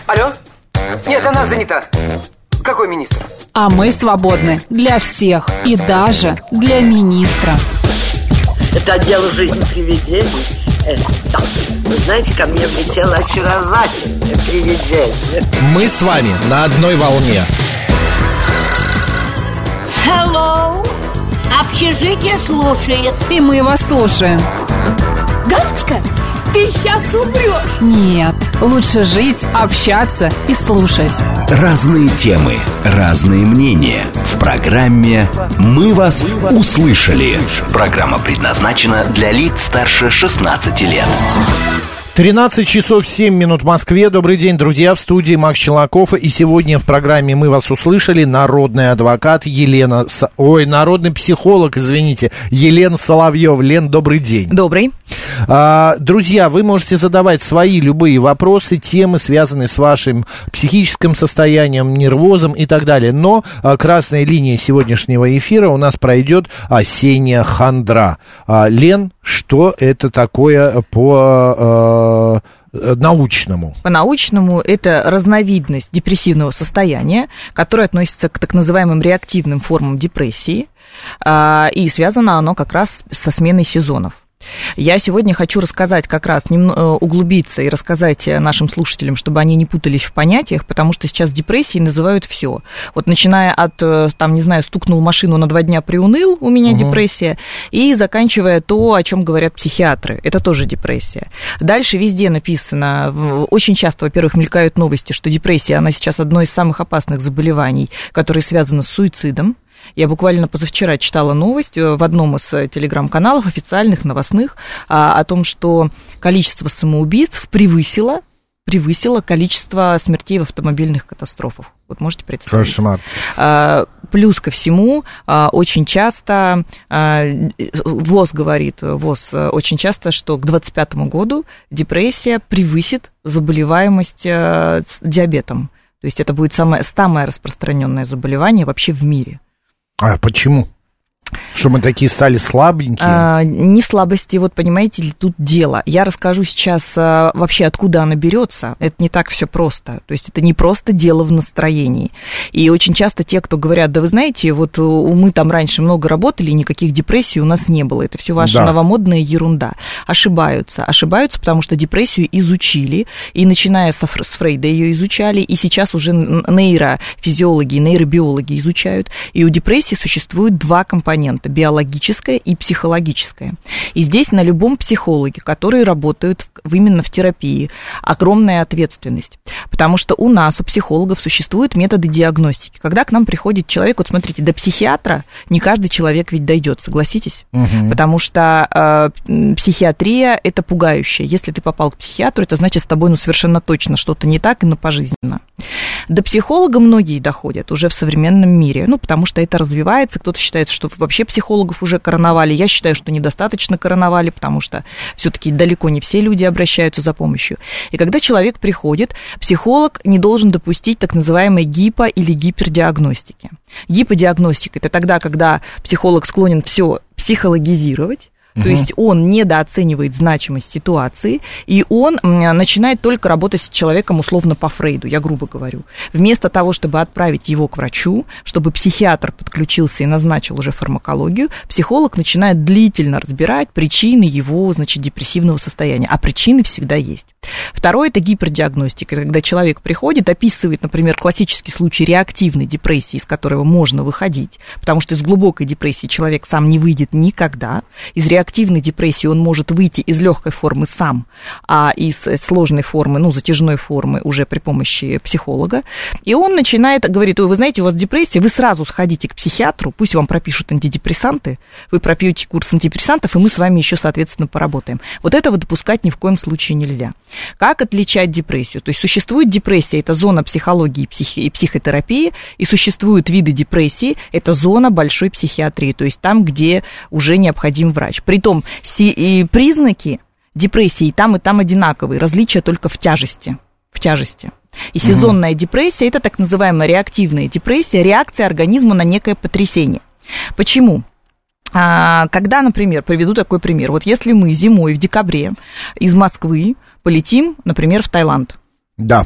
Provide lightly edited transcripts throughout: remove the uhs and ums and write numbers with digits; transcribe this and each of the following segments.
Алло? Нет, она занята. Какой министр? А мы свободны для всех и даже для министра. Это отдел «Жизнь привидений». Да. Вы знаете, ко мне влетело очаровательное привидение. Мы с вами на одной волне. Hello. Общежитие слушает. И мы вас слушаем. Галочка, ты сейчас умрешь. Нет, лучше жить, общаться и слушать. Разные темы, разные мнения. В программе «Мы вас услышали». Программа предназначена для лиц старше 16 лет. 13 часов 7 минут в Москве. Добрый день, друзья, в студии Макс Челноков. И сегодня в программе «Мы вас услышали» народный адвокат Елена... народный психолог, извините, Елена Соловьева. Лен, добрый день. Добрый. Друзья, вы можете задавать свои любые вопросы, темы, связанные с вашим психическим состоянием, нервозом и так далее. Но красная линия сегодняшнего эфира у нас пройдет осенняя хандра. Лен, что это такое по научному? По-научному это разновидность депрессивного состояния, которое относится к так называемым реактивным формам депрессии, и связано оно как раз со сменой сезонов. Я сегодня хочу рассказать, как раз углубиться и рассказать нашим слушателям, чтобы они не путались в понятиях, потому что сейчас депрессией называют все. Вот начиная от, там, не знаю, стукнул машину на 2 дня, приуныл, у меня депрессия, и заканчивая то, о чем говорят психиатры, это тоже депрессия. Дальше везде написано, очень часто, во-первых, мелькают новости, что депрессия, она сейчас одно из самых опасных заболеваний, которые связаны с суицидом. Я буквально позавчера читала новость в одном из телеграм-каналов официальных, новостных, о том, что количество самоубийств превысило количество смертей в автомобильных катастрофах. Вот можете представить. Кошмар. Плюс ко всему, очень часто, ВОЗ говорит, очень часто, что к 2025 году депрессия превысит заболеваемость диабетом. То есть это будет самое распространенное заболевание вообще в мире. А почему? Что мы такие стали слабенькие? Не слабости, вот понимаете ли, тут дело. Я расскажу сейчас вообще, откуда она берется. Это не так все просто. То есть это не просто дело в настроении. И очень часто те, кто говорят, да вы знаете, вот мы там раньше много работали, никаких депрессий у нас не было. Это все ваша новомодная ерунда. Ошибаются, потому что депрессию изучили, и начиная с Фрейда ее изучали, и сейчас уже нейрофизиологи, нейробиологи изучают. И у депрессии существует 2 компонента. Биологическое и психологическое. И здесь на любом психологе, которые работают именно в терапии, огромная ответственность. Потому что у нас, у психологов, существуют методы диагностики. Когда к нам приходит человек, вот смотрите, до психиатра не каждый человек ведь дойдет, согласитесь? Потому что психиатрия – это пугающе. Если ты попал к психиатру, это значит, с тобой совершенно точно что-то не так и пожизненно. До психолога многие доходят уже в современном мире, потому что это развивается. Кто-то считает, что вообще психологов уже короновали. Я считаю, что недостаточно короновали, потому что все-таки далеко не все люди обращаются за помощью. И когда человек приходит, психолог не должен допустить так называемой гипо- или гипердиагностики. Гиподиагностика – это тогда, когда психолог склонен все психологизировать. То есть он недооценивает значимость ситуации, и он начинает только работать с человеком условно по Фрейду, я грубо говорю. Вместо того, чтобы отправить его к врачу, чтобы психиатр подключился и назначил уже фармакологию, психолог начинает длительно разбирать причины его, депрессивного состояния. А причины всегда есть. Второе – это гипердиагностика, когда человек приходит, описывает, например, классический случай реактивной депрессии, из которого можно выходить, потому что из глубокой депрессии человек сам не выйдет никогда. Из реактивной депрессии он может выйти из легкой формы сам, а из сложной формы, затяжной формы уже при помощи психолога. И он начинает, говорит, вы знаете, у вас депрессия, вы сразу сходите к психиатру, пусть вам пропишут антидепрессанты, вы пропьете курс антидепрессантов, и мы с вами еще, соответственно, поработаем. Вот этого допускать ни в коем случае нельзя. Как отличать депрессию? То есть существует депрессия, это зона психологии и психотерапии, и существуют виды депрессии, это зона большой психиатрии, то есть там, где уже необходим врач. Притом признаки депрессии и там одинаковые, различия только в тяжести. И сезонная депрессия – это так называемая реактивная депрессия, реакция организма на некое потрясение. Почему? Когда, например, приведу такой пример. Вот если мы зимой в декабре из Москвы полетим, например, в Таиланд, Да.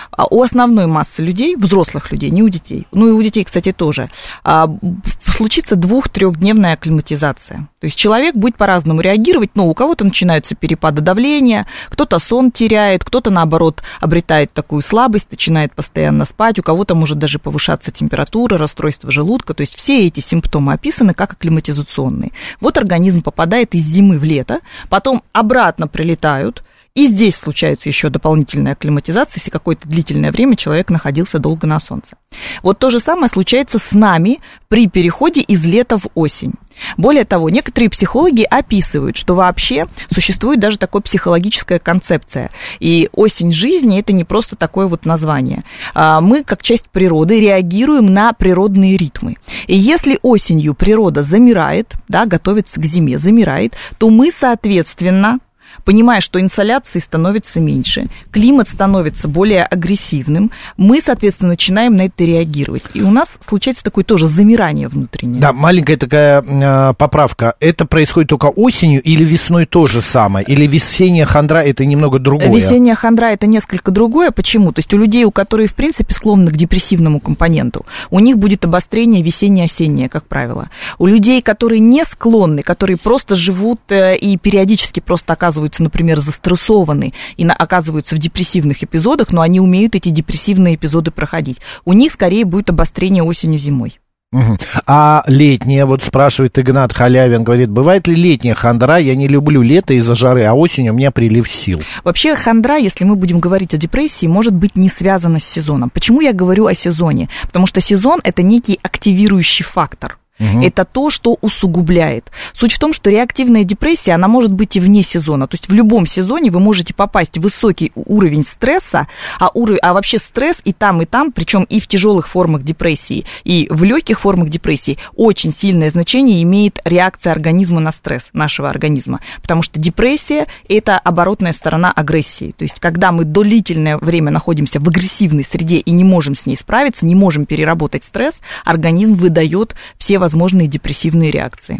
У основной массы людей, взрослых людей, не у детей, ну и у детей, кстати, тоже, случится 2-3-дневная акклиматизация. То есть человек будет по-разному реагировать, но у кого-то начинаются перепады давления, кто-то сон теряет, кто-то, наоборот, обретает такую слабость, начинает постоянно спать, у кого-то может даже повышаться температура, расстройство желудка. То есть все эти симптомы описаны как акклиматизационные. Вот организм попадает из зимы в лето, потом обратно прилетают. И здесь случается еще дополнительная акклиматизация, если какое-то длительное время человек находился долго на солнце. Вот то же самое случается с нами при переходе из лета в осень. Более того, некоторые психологи описывают, что вообще существует даже такая психологическая концепция. И осень жизни – это не просто такое вот название. Мы, как часть природы, реагируем на природные ритмы. И если осенью природа замирает, да, готовится к зиме, замирает, то мы, соответственно, понимая, что инсоляции становится меньше, климат становится более агрессивным, мы, соответственно, начинаем на это реагировать. И у нас случается такое тоже замирание внутреннее. Да, маленькая такая поправка. Это происходит только осенью или весной то же самое? Или весенняя хандра – это немного другое? Весенняя хандра – это несколько другое. Почему? То есть у людей, у которых, в принципе, склонны к депрессивному компоненту, у них будет обострение весенне-осеннее, как правило. У людей, которые не склонны, которые просто живут и периодически просто оказываются, например, застрессованы и оказываются в депрессивных эпизодах, но они умеют эти депрессивные эпизоды проходить. У них скорее будет обострение осенью-зимой. Угу. А летняя, вот спрашивает Игнат Халявин, говорит, бывает ли летняя хандра? Я не люблю лето из-за жары, а осенью у меня прилив сил. Вообще хандра, если мы будем говорить о депрессии, может быть не связана с сезоном. Почему я говорю о сезоне? Потому что сезон – это некий активирующий фактор. Это то, что усугубляет. Суть в том, что реактивная депрессия, она может быть и вне сезона. То есть в любом сезоне вы можете попасть в высокий уровень стресса, а вообще стресс и там, причем и в тяжелых формах депрессии, и в легких формах депрессии, очень сильное значение имеет реакция организма на стресс, нашего организма. Потому что депрессия – это оборотная сторона агрессии. То есть когда мы длительное время находимся в агрессивной среде и не можем с ней справиться, не можем переработать стресс, организм выдает все возможные депрессивные реакции.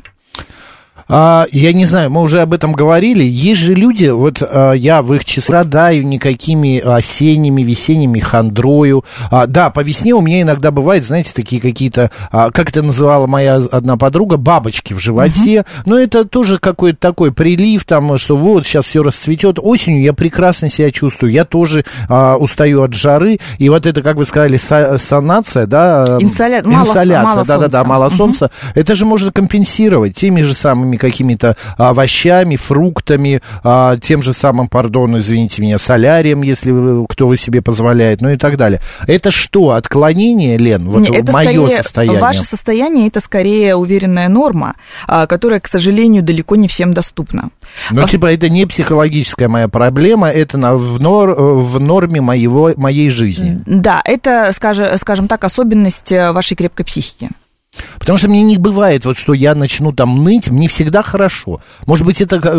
Я не знаю, мы уже об этом говорили. Есть же люди, вот я в их числе страдаю никакими осенними, весенними хандрою. Да, по весне у меня иногда бывает, знаете, такие какие-то, как это называла моя одна подруга, бабочки в животе. Но это тоже какой-то такой прилив, там, что вот сейчас все расцветет. Осенью я прекрасно себя чувствую. Я тоже устаю от жары. И вот это, как вы сказали, санация, да? Инсоляция, мало солнца. Это же можно компенсировать теми же самыми какими-то овощами, фруктами, тем же самым, извините меня, солярием, если кто себе позволяет, ну и так далее. Это что, отклонение, Лен? Вот это мое состояние. Ваше состояние – это скорее уверенная норма, которая, к сожалению, далеко не всем доступна. Ну, типа, это не психологическая моя проблема, это в норме моей жизни. Да, это, скажем так, особенность вашей крепкой психики. Потому что мне не бывает, вот что я начну там ныть, мне всегда хорошо. Может быть, это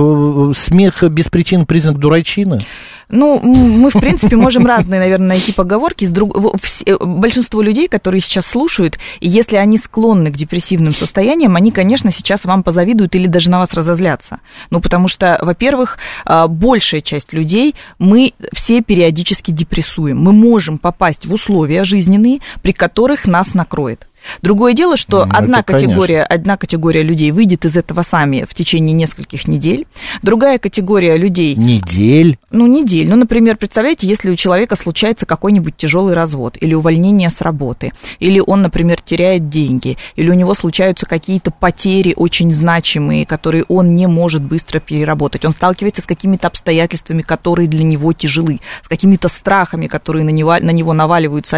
смех без причин признак дурачины? Ну, мы, в принципе, можем разные, наверное, найти поговорки. Большинство людей, которые сейчас слушают, и если они склонны к депрессивным состояниям, они, конечно, сейчас вам позавидуют или даже на вас разозлятся. Ну, потому что, во-первых, большая часть людей, мы все периодически депрессуем. Мы можем попасть в условия жизненные, при которых нас накроет. Другое дело, что одна категория людей выйдет из этого сами в течение нескольких недель, другая категория людей... Недель? Недель. Например, представляете, если у человека случается какой-нибудь тяжелый развод или увольнение с работы, или он, например, теряет деньги, или у него случаются какие-то потери очень значимые, которые он не может быстро переработать. Он сталкивается с какими-то обстоятельствами, которые для него тяжелы, с какими-то страхами, которые на него наваливаются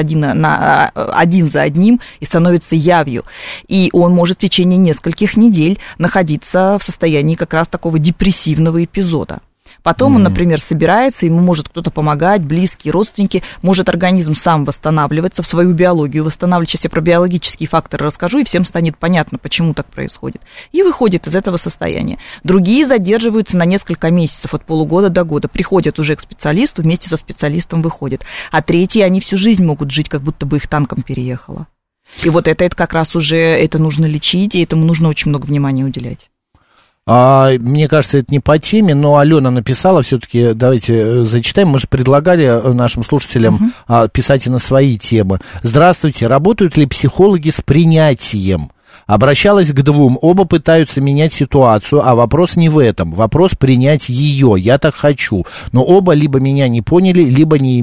один за одним и становятся явью. И он может в течение нескольких недель находиться в состоянии как раз такого депрессивного эпизода. Потом он, например, собирается, ему может кто-то помогать, близкие, родственники, может организм сам восстанавливаться, в свою биологию восстанавливать. Сейчас я про биологические факторы расскажу, и всем станет понятно, почему так происходит. И выходит из этого состояния. Другие задерживаются на несколько месяцев, от полугода до года, приходят уже к специалисту, вместе со специалистом выходят. А третьи, они всю жизнь могут жить, как будто бы их танком переехало. И вот это как раз уже, это нужно лечить, и этому нужно очень много внимания уделять. Мне кажется, это не по теме, но Алена написала, все-таки давайте зачитаем. Мы же предлагали нашим слушателям писать и на свои темы. Здравствуйте, работают ли психологи с принятием? Обращалась к двум, оба пытаются менять ситуацию, а вопрос не в этом, вопрос принять ее, я так хочу, но оба либо меня не поняли, либо не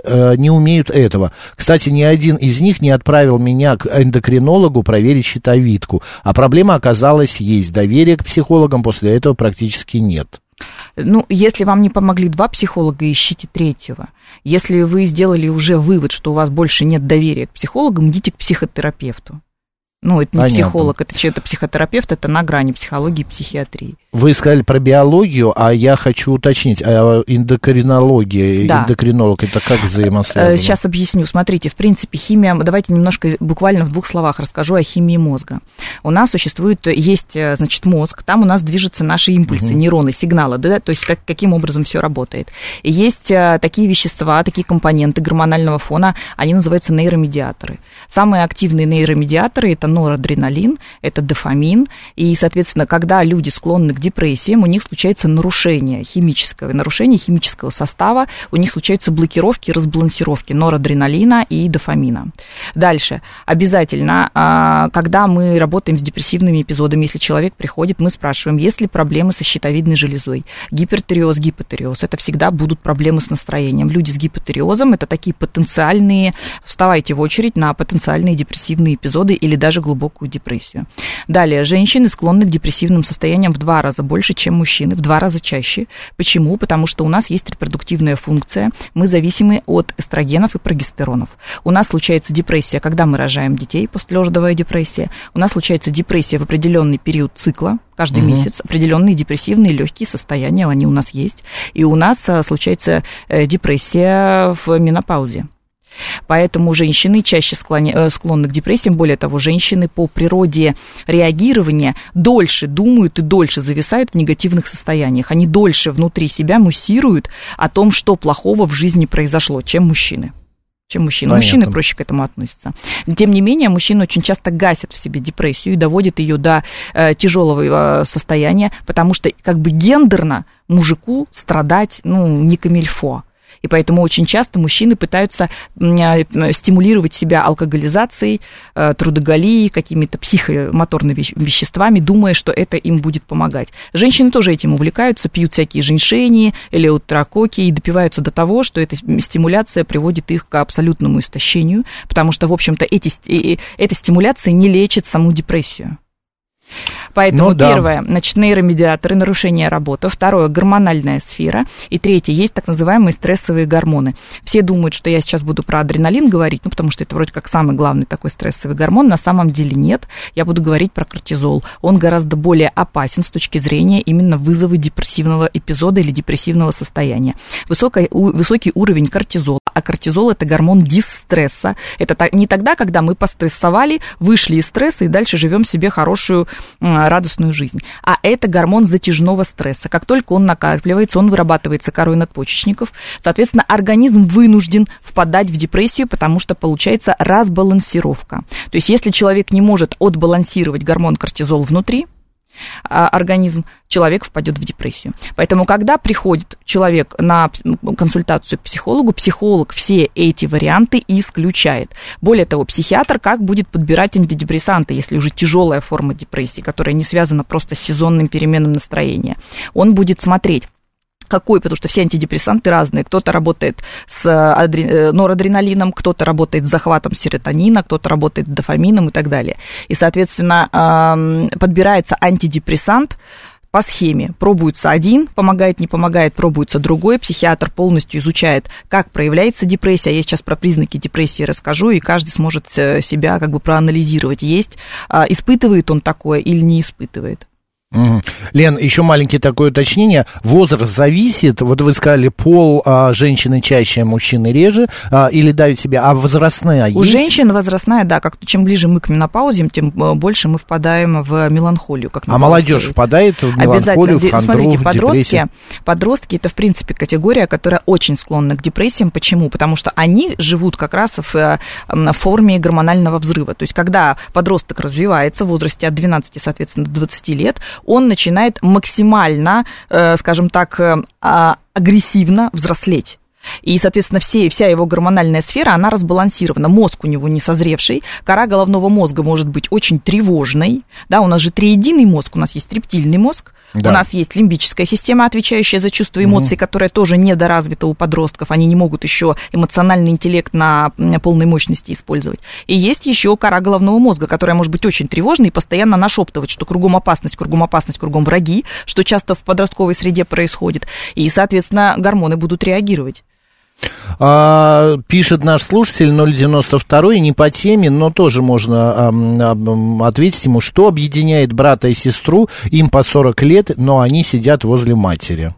умеют этого. Кстати, ни один из них не отправил меня к эндокринологу проверить щитовидку, а проблема оказалась есть, доверия к психологам после этого практически нет. Ну, если вам не помогли два психолога, ищите третьего. Если вы сделали уже вывод, что у вас больше нет доверия к психологам, идите к психотерапевту. Ну, это не психолог, это психотерапевт, это на грани психологии и психиатрии. Вы сказали про биологию, а я хочу уточнить, эндокринология, да. Эндокринолог, это как взаимосвязано? Сейчас объясню. Смотрите, в принципе, химия, давайте немножко буквально в двух словах расскажу о химии мозга. У нас есть, значит, мозг, там у нас движутся наши импульсы, нейроны, сигналы, да, то есть каким образом все работает. И есть такие вещества, такие компоненты гормонального фона, они называются нейромедиаторы. Самые активные нейромедиаторы – это норадреналин, это дофамин, и, соответственно, когда люди склонны к депрессиям, у них случается нарушение химического состава, у них случаются блокировки, разбалансировки норадреналина и дофамина. Дальше. Обязательно, когда мы работаем с депрессивными эпизодами, если человек приходит, мы спрашиваем, есть ли проблемы со щитовидной железой, гипертиреоз, гипотиреоз, это всегда будут проблемы с настроением. Люди с гипотиреозом – это такие потенциальные, вставайте в очередь на потенциальные депрессивные эпизоды или даже глубокую депрессию. Далее, женщины склонны к депрессивным состояниям в 2 раза больше, чем мужчины, в 2 раза чаще. Почему? Потому что у нас есть репродуктивная функция, мы зависимы от эстрогенов и прогестеронов. У нас случается депрессия, когда мы рожаем детей, послеродовая депрессия. У нас случается депрессия в определенный период цикла, каждый месяц, определенные депрессивные легкие состояния, они у нас есть. И у нас случается депрессия в менопаузе. Поэтому женщины чаще склонны к депрессиям. Более того, женщины по природе реагирования дольше думают и дольше зависают в негативных состояниях. Они дольше внутри себя муссируют о том, что плохого в жизни произошло, чем мужчины. Мужчины проще к этому относятся. Тем не менее, мужчины очень часто гасят в себе депрессию и доводят ее до тяжелого состояния, потому что как бы гендерно мужику страдать, не камильфо. И поэтому очень часто мужчины пытаются стимулировать себя алкоголизацией, трудоголией, какими-то психомоторными веществами, думая, что это им будет помогать. Женщины тоже этим увлекаются, пьют всякие женьшени, элеутерококи и допиваются до того, что эта стимуляция приводит их к абсолютному истощению, потому что, в общем-то, эта стимуляция не лечит саму депрессию. Поэтому первое, значит, нейромедиаторы, нарушение работы. Второе, гормональная сфера. И третье, есть так называемые стрессовые гормоны. Все думают, что я сейчас буду про адреналин говорить, потому что это вроде как самый главный такой стрессовый гормон. На самом деле нет. Я буду говорить про кортизол. Он гораздо более опасен с точки зрения именно вызова депрессивного эпизода или депрессивного состояния. Высокий уровень кортизола. А кортизол – это гормон дистресса. Это не тогда, когда мы пострессовали, вышли из стресса и дальше живем себе хорошую, радостную жизнь. А это гормон затяжного стресса. Как только он накапливается, он вырабатывается корой надпочечников. Соответственно, организм вынужден впадать в депрессию, потому что получается разбалансировка. То есть, если человек не может отбалансировать гормон кортизол внутри, организм, человек впадет в депрессию. Поэтому, когда приходит человек на консультацию к психологу, психолог все эти варианты исключает. Более того, психиатр как будет подбирать антидепрессанты, если уже тяжелая форма депрессии, которая не связана просто с сезонным переменным настроения. Он будет смотреть, потому что все антидепрессанты разные. Кто-то работает с норадреналином, кто-то работает с захватом серотонина, кто-то работает с дофамином и так далее. И, соответственно, подбирается антидепрессант по схеме. Пробуется один, помогает, не помогает, пробуется другой. Психиатр полностью изучает, как проявляется депрессия. Я сейчас про признаки депрессии расскажу, и каждый сможет себя как бы проанализировать. Испытывает он такое или не испытывает. Лен, еще маленькое такое уточнение. Возраст зависит, вот вы сказали, пол женщины чаще, мужчины реже, или давит себя, а возрастная есть? У женщин возрастная, да, чем ближе мы к менопаузе, тем больше мы впадаем в меланхолию. А молодежь впадает в меланхолию, в хандру, смотрите, в депрессию? Подростки – это, в принципе, категория, которая очень склонна к депрессиям. Почему? Потому что они живут как раз в форме гормонального взрыва. То есть, когда подросток развивается в возрасте от 12, соответственно, до 20 лет, он начинает максимально, скажем так, агрессивно взрослеть. И, соответственно, вся его гормональная сфера, она разбалансирована. Мозг у него не созревший, кора головного мозга может быть очень тревожной. Да, у нас же триединый мозг, у нас есть рептильный мозг, да. У нас есть лимбическая система, отвечающая за чувства эмоций, которая тоже недоразвита у подростков. Они не могут еще эмоциональный интеллект на полной мощности использовать. И есть еще кора головного мозга, которая может быть очень тревожной и постоянно нашептывать, что кругом опасность, кругом враги, что часто в подростковой среде происходит. И, соответственно, гормоны будут реагировать. Пишет наш слушатель 092, не по теме, но тоже можно ответить ему, что объединяет брата и сестру, им по 40 лет, но они сидят возле матери.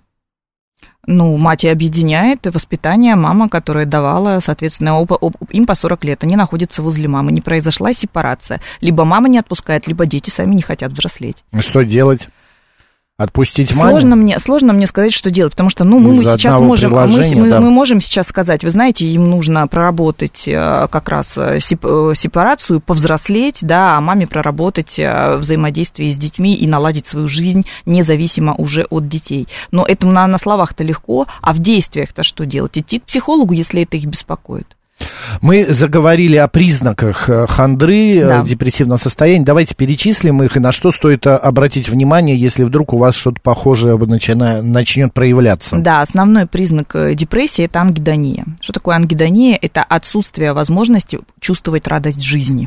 Ну, мать и объединяет воспитание, мама, которая давала, соответственно, им по 40 лет, они находятся возле мамы, не произошла сепарация, либо мама не отпускает, либо дети сами не хотят взрослеть. Что делать? Отпустить маму? Сложно мне сказать, что делать, потому что мы сейчас можем сейчас сказать, вы знаете, им нужно проработать как раз сепарацию, повзрослеть, да, а маме проработать взаимодействие с детьми и наладить свою жизнь независимо уже от детей. Но это на словах-то легко, а в действиях-то что делать? Идти к психологу, если это их беспокоит. Мы заговорили о признаках хандры, депрессивного состояния. Давайте перечислим их, и на что стоит обратить внимание, если вдруг у вас что-то похожее начнет проявляться. Да, основной признак депрессии – это ангидония. Что такое ангидония? Это отсутствие возможности чувствовать радость жизни.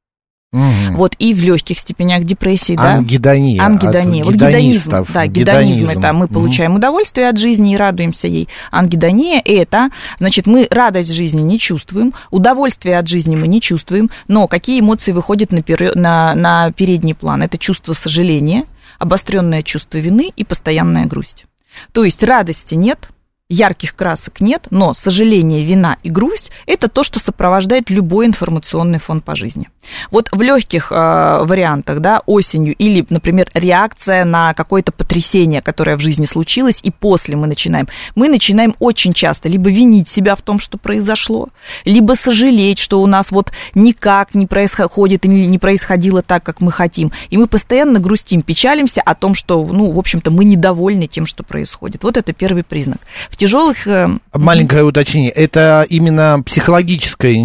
Вот и в легких степенях депрессии, да. Ангидония. Вот гедонизм это мы получаем удовольствие от жизни и радуемся ей. Ангидония это, значит, мы радость жизни не чувствуем, удовольствие от жизни мы не чувствуем, но какие эмоции выходят на передний план? Это чувство сожаления, обостренное чувство вины и постоянная грусть. То есть радости нет, ярких красок нет, но сожаление, вина и грусть – это то, что сопровождает любой информационный фон по жизни. Вот в легких вариантах, да, осенью или, например, реакция на какое-то потрясение, которое в жизни случилось, и после мы начинаем очень часто либо винить себя в том, что произошло, либо сожалеть, что у нас вот никак не происходит и не происходило так, как мы хотим. И мы постоянно грустим, печалимся о том, что, в общем-то, мы недовольны тем, что происходит. Вот это первый признак. В тяжелых... Маленькое уточнение. Это именно психологическое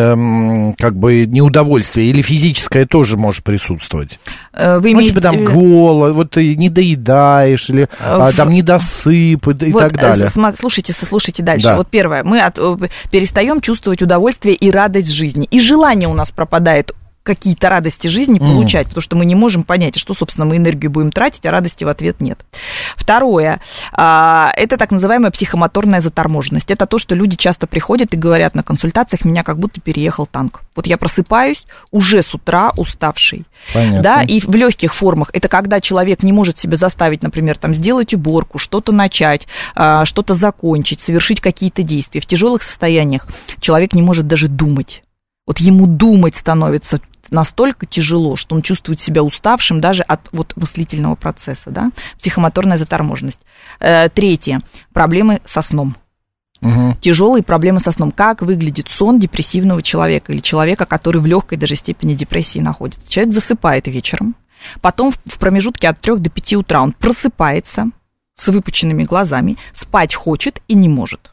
неудовольствие или физическое тоже может присутствовать? Вы имеете... там голод, вот ты не доедаешь, или там недосып и так далее. Слушайте дальше. Да. Вот первое. Мы перестаем чувствовать удовольствие и радость жизни. И желание у нас пропадает какие-то радости жизни получать, потому что мы не можем понять, что, собственно, мы энергию будем тратить, а радости в ответ нет. Второе, это так называемая психомоторная заторможенность. Это то, что люди часто приходят и говорят на консультациях, меня как будто переехал танк. Вот я просыпаюсь уже с утра уставший. Понятно. Да, и в легких формах это когда человек не может себя заставить, например, там, сделать уборку, что-то начать, что-то закончить, совершить какие-то действия. В тяжелых состояниях человек не может даже думать. Вот ему думать становится настолько тяжело, что он чувствует себя уставшим даже от мыслительного процесса, да? Психомоторная заторможенность. Третье. Проблемы со сном. Тяжелые проблемы со сном. Как выглядит сон депрессивного человека или человека, который в легкой даже степени депрессии находится? Человек засыпает вечером, потом в промежутке от 3 до 5 утра он просыпается с выпученными глазами, спать хочет и не может.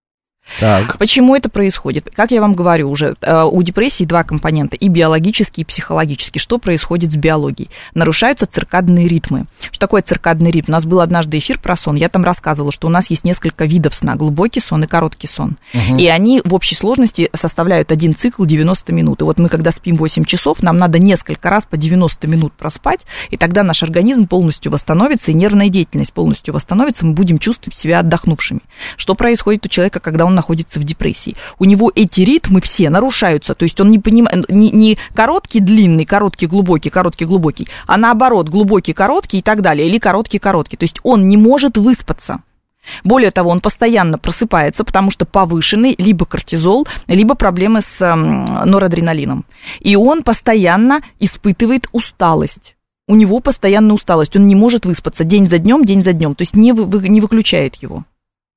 Так. Почему это происходит? Как я вам говорю уже, у депрессии два компонента, и биологический, и психологический. Что происходит с биологией? Нарушаются циркадные ритмы. Что такое циркадный ритм? У нас был однажды эфир про сон, я там рассказывала, что у нас есть несколько видов сна, глубокий сон и короткий сон. И они в общей сложности составляют один цикл 90 минут. И вот мы, когда спим 8 часов, нам надо несколько раз по 90 минут проспать, и тогда наш организм полностью восстановится, и нервная деятельность полностью восстановится, мы будем чувствовать себя отдохнувшими. Что происходит у человека, когда он находится в депрессии? У него эти ритмы все нарушаются, то есть он не понимает, не короткий, длинный, короткий, глубокий, а наоборот, глубокий, короткий и так далее, или короткий. То есть он не может выспаться. Более того, он постоянно просыпается, потому что повышенный либо кортизол, либо проблемы с норадреналином. И он постоянно испытывает усталость. У него постоянная усталость, он не может выспаться день за днем, то есть не выключает его.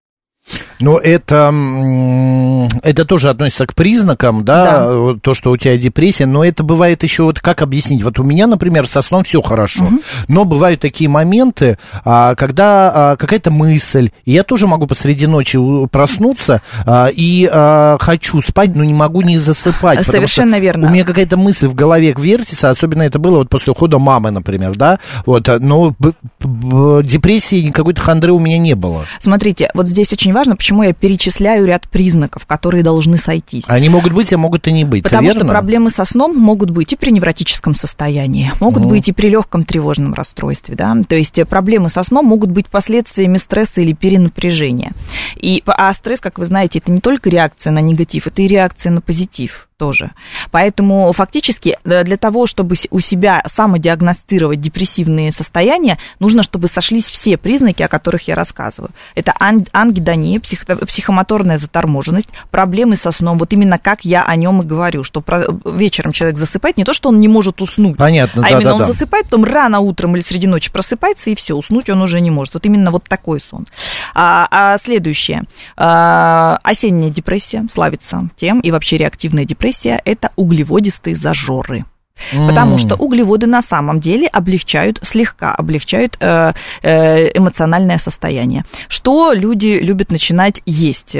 Но это тоже относится к признакам, да, то, что у тебя депрессия, но это бывает еще, вот как объяснить? Вот у меня, например, со сном все хорошо, но бывают такие моменты, когда какая-то мысль, и я тоже могу посреди ночи проснуться и хочу спать, но не могу не засыпать. Совершенно верно. У меня какая-то мысль в голове вертится, особенно это было вот после ухода мамы, например, да, вот, но депрессии, какой-то хандры у меня не было. Смотрите, вот здесь очень важно, почему я перечисляю ряд признаков, которые должны сойтись. Они могут быть, а могут и не быть, потому верно? Что проблемы со сном могут быть и при невротическом состоянии, могут быть и при легком тревожном расстройстве, да, то есть проблемы со сном могут быть последствиями стресса или перенапряжения. А стресс, как вы знаете, это не только реакция на негатив, это и реакция на позитив тоже. Поэтому фактически для того, чтобы у себя самодиагностировать депрессивные состояния, нужно, чтобы сошлись все признаки, о которых я рассказываю. Это ангидония, психомоторная заторможенность, проблемы со сном. Вот именно как я о нем и говорю, что вечером человек засыпает, не то, что он не может уснуть, понятно, именно он засыпает, потом рано утром или среди ночи просыпается, и все, уснуть он уже не может. Вот именно вот такой сон. Следующее. Осенняя депрессия славится тем, и вообще реактивная депрессия, это углеводистые зажоры. Потому что углеводы на самом деле слегка облегчают эмоциональное состояние. Что люди любят начинать есть?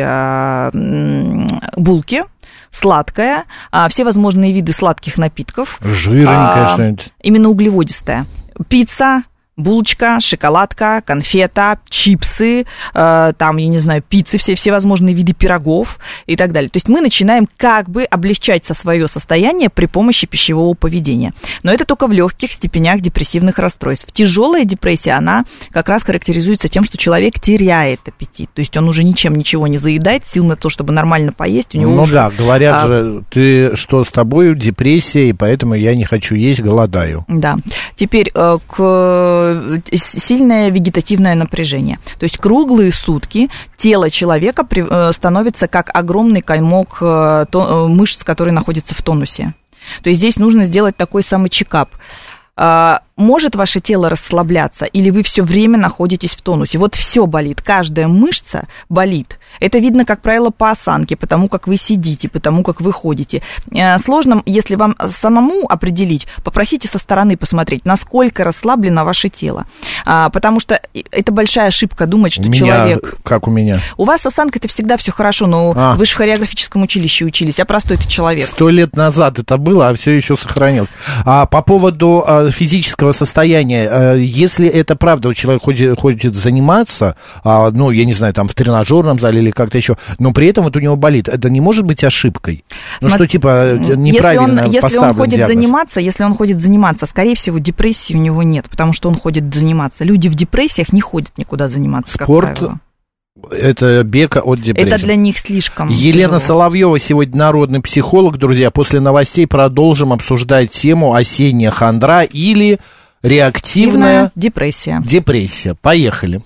Булки, сладкое, все возможные виды сладких напитков. Жирненькое что-нибудь. Именно углеводистое. Пицца, булочка, шоколадка, конфета, чипсы, там, я не знаю, пиццы, все возможные виды пирогов и так далее. То есть мы начинаем как бы облегчать свое состояние при помощи пищевого поведения. Но это только в легких степенях депрессивных расстройств. Тяжелая депрессия, она как раз характеризуется тем, что человек теряет аппетит. То есть он уже ничего не заедает, сил на то, чтобы нормально поесть. У него уже, да, говорят же, ты что с тобой, депрессия, и поэтому я не хочу есть, голодаю. Да. Теперь сильное вегетативное напряжение. То есть круглые сутки тело человека становится как огромный комок мышц, которые находятся в тонусе. То есть здесь нужно сделать такой самый чекап. Может ваше тело расслабляться, или вы все время находитесь в тонусе? Вот все болит, каждая мышца болит. Это видно, как правило, по осанке, потому как вы сидите, потому как вы ходите. Сложно, если вам самому определить, попросите со стороны посмотреть, насколько расслаблено ваше тело. Потому что это большая ошибка думать, что человек... Как у меня? У вас осанка, это всегда все хорошо, но вы же в хореографическом училище учились, а простой-то человек. 100 лет назад это было, а все еще сохранилось. По поводу физического состояния, если это правда, человек хочет заниматься, ну, я не знаю, там, в тренажерном зале или как-то еще, но при этом вот у него болит, это не может быть ошибкой? Ну, что, типа, неправильно поставлен диагноз? Если он ходит заниматься, скорее всего, депрессии у него нет, потому что он ходит заниматься. Люди в депрессиях не ходят никуда заниматься, спорт, как правило. Это бег от депрессии. Это для них слишком Елена тяжело. Соловьева сегодня народный психолог. Друзья, после новостей продолжим обсуждать тему осенняя хандра или реактивная депрессия. Поехали.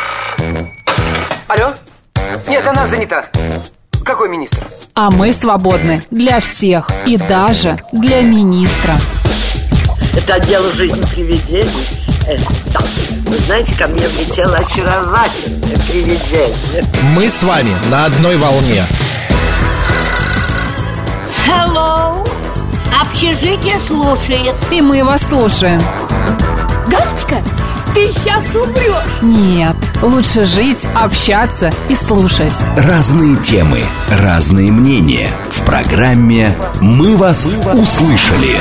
Алло? Нет, она занята. Какой министр? А мы свободны для всех и даже для министра. Это отдел «Жизнь привидений». Да. Вы знаете, ко мне влетело очаровательное привидение. Мы с вами на одной волне. Hello! Общежитие слушает. И мы вас слушаем. Галочка, ты сейчас умрешь. Нет, лучше жить, общаться и слушать. Разные темы, разные мнения. В программе «Мы вас услышали».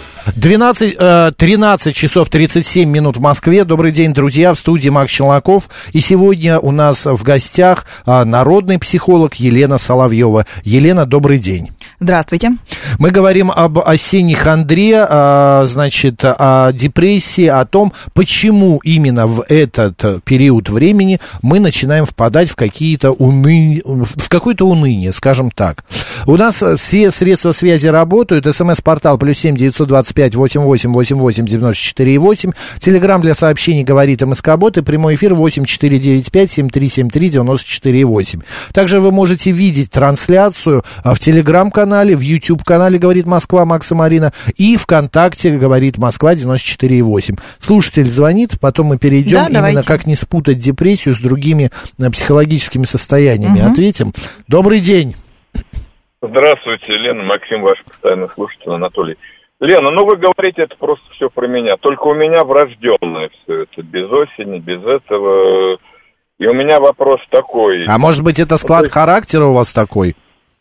13 часов 37 минут в Москве. Добрый день, друзья, в студии Макс Челноков. И сегодня у нас в гостях народный психолог Елена Соловьева. Елена, добрый день. Здравствуйте. Мы говорим об осенней хандре, значит, о депрессии, о том, почему именно в этот период времени мы начинаем впадать в какое-то уныние, скажем так. У нас все средства связи работают. СМС-портал +7 925 88 88 94 8. Телеграм для сообщений говорит МСК-бот. И прямой эфир 8 495 7373 94 8. Также вы можете видеть трансляцию в Телеграм-канале, в YouTube-канале «Говорит Москва» Макс и Марина и ВКонтакте «Говорит Москва» 94,8. Слушатель звонит, потом мы перейдем именно давайте. как не спутать депрессию с другими психологическими состояниями. Ответим. Добрый день. Здравствуйте, Лена, Максим, ваш постоянный слушатель, Анатолий. Лена, ну вы говорите, это просто все про меня. Только у меня врожденное все это, без осени, без этого. И у меня вопрос такой. А может быть, это склад характера у вас такой?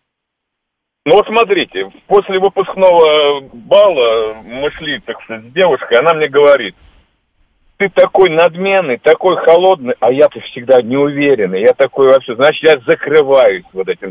Ну вот смотрите, после выпускного бала мы шли, так сказать, с девушкой, она мне говорит: ты такой надменный, такой холодный, а я-то всегда неуверенный, я такой вообще, значит, я закрываюсь,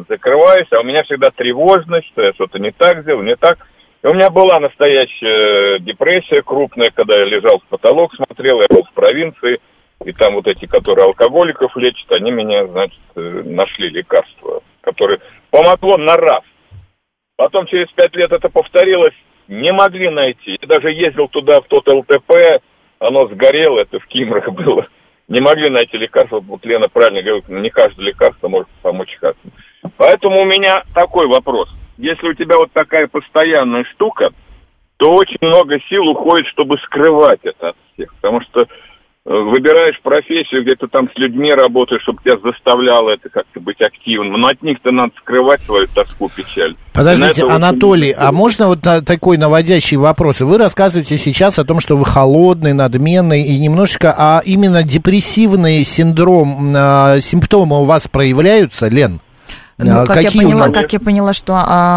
а у меня всегда тревожность, что я что-то не так сделал, не так. И у меня была настоящая депрессия крупная, когда я лежал в потолок, смотрел, я был в провинции, и там вот эти, которые алкоголиков лечат, они меня, значит, нашли лекарство, которое помогло на раз. Потом через 5 лет это повторилось, не могли найти. Я даже ездил туда, в тот ЛТП, оно сгорело, это в Кимрах было. Не могли найти лекарство, вот Лена правильно говорит, не каждое лекарство может помочь астме. Поэтому у меня такой вопрос. Если у тебя вот такая постоянная штука, то очень много сил уходит, чтобы скрывать это от всех. Потому что выбираешь профессию, где ты там с людьми работаешь, чтобы тебя заставляло это как-то быть активным. Но от них-то надо скрывать свою тоску, печаль. Подождите, Анатолий, а можно вот такой наводящий вопрос? Вы рассказываете сейчас о том, что вы холодный, надменный и немножечко, а именно депрессивный симптомы у вас проявляются, Лен? Ну, как я поняла, что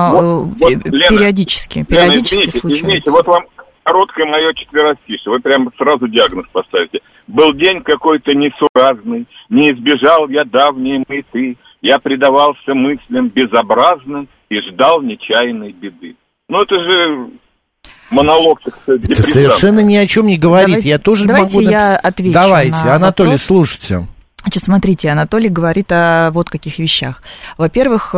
периодически случается. Извините, вот вам короткое мое четверостишье. Вы прямо сразу диагноз поставите. Был день какой-то несуразный, не избежал я давней мыты, я предавался мыслям безобразным и ждал нечаянной беды. Ну, это же монолог, так сказать, это совершенно ни о чем не говорит. Я тоже могу... Я отвечу. Давайте, Анатолий, слушайте. Значит, смотрите, Анатолий говорит о вот каких вещах. Во-первых,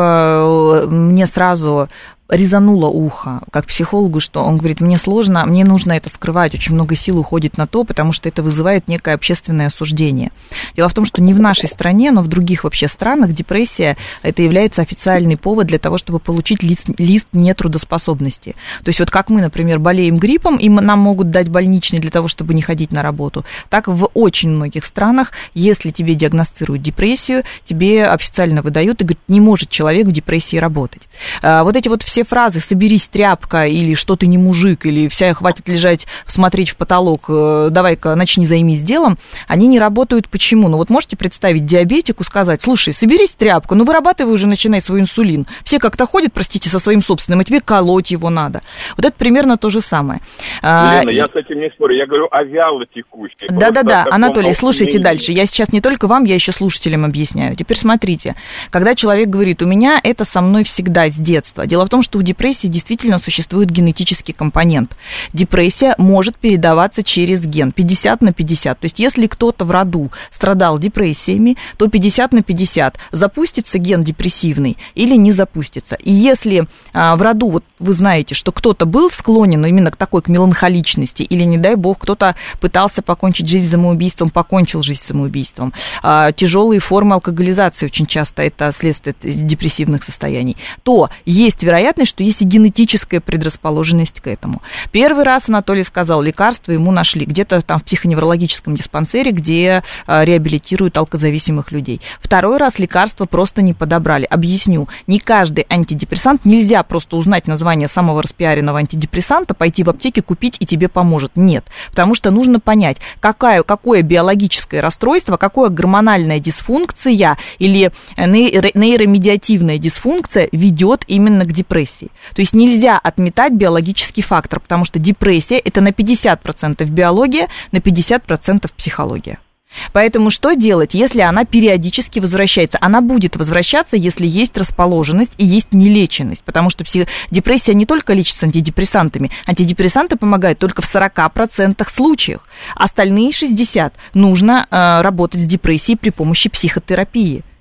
мне сразу резануло ухо, как психологу, что он говорит, мне сложно, мне нужно это скрывать, очень много сил уходит на то, потому что это вызывает некое общественное осуждение. Дело в том, что не в нашей стране, но в других вообще странах депрессия, это является официальный повод для того, чтобы получить лист нетрудоспособности. То есть вот как мы, например, болеем гриппом, и нам могут дать больничный для того, чтобы не ходить на работу, так в очень многих странах, если тебе диагностируют депрессию, тебе официально выдают, и говорят, не может человек в депрессии работать. Вот эти вот все фразы «соберись, тряпка» или «что ты не мужик» или «вся хватит лежать, смотреть в потолок, давай-ка начни займись делом», они не работают. Почему? Ну вот можете представить диабетику, сказать: слушай, соберись, тряпка, ну вырабатывай уже, начинай свой инсулин. Все как-то ходят, простите, со своим собственным, а тебе колоть его надо. Вот это примерно то же самое. Лена, я с этим не спорю, я говорю о вялотекущей. Да-да-да, Анатолий, слушайте дальше. Я сейчас не только вам, я еще слушателям объясняю. Теперь смотрите, когда человек говорит, у меня это со мной всегда с детства. Дело в том, что у депрессии действительно существует генетический компонент. Депрессия может передаваться через ген 50 на 50. То есть если кто-то в роду страдал депрессиями, то 50 на 50 запустится ген депрессивный или не запустится. И если в роду, вот вы знаете, что кто-то был склонен именно к меланхоличности, или, не дай бог, кто-то пытался покончить жизнь самоубийством, покончил жизнь самоубийством. Тяжелые формы алкоголизации очень часто это следствие депрессивных состояний. То есть вероятность, что есть и генетическая предрасположенность к этому. Первый раз Анатолий сказал, лекарства ему нашли где-то там в психоневрологическом диспансере, где реабилитируют алкозависимых людей. Второй раз лекарства просто не подобрали. Объясню, не каждый антидепрессант, нельзя просто узнать название самого распиаренного антидепрессанта, пойти в аптеке, купить и тебе поможет. Нет, потому что нужно понять, какое биологическое расстройство, какая гормональная дисфункция или нейромедиативная дисфункция ведет именно к депрессии. То есть нельзя отметать биологический фактор, потому что депрессия – это на 50% биология, на 50% психология. Поэтому что делать, если она периодически возвращается? Она будет возвращаться, если есть расположенность и есть нелеченность, потому что депрессия не только лечится антидепрессантами. Антидепрессанты помогают только в 40% случаев. Остальные 60% нужно работать с депрессией при помощи психотерапии.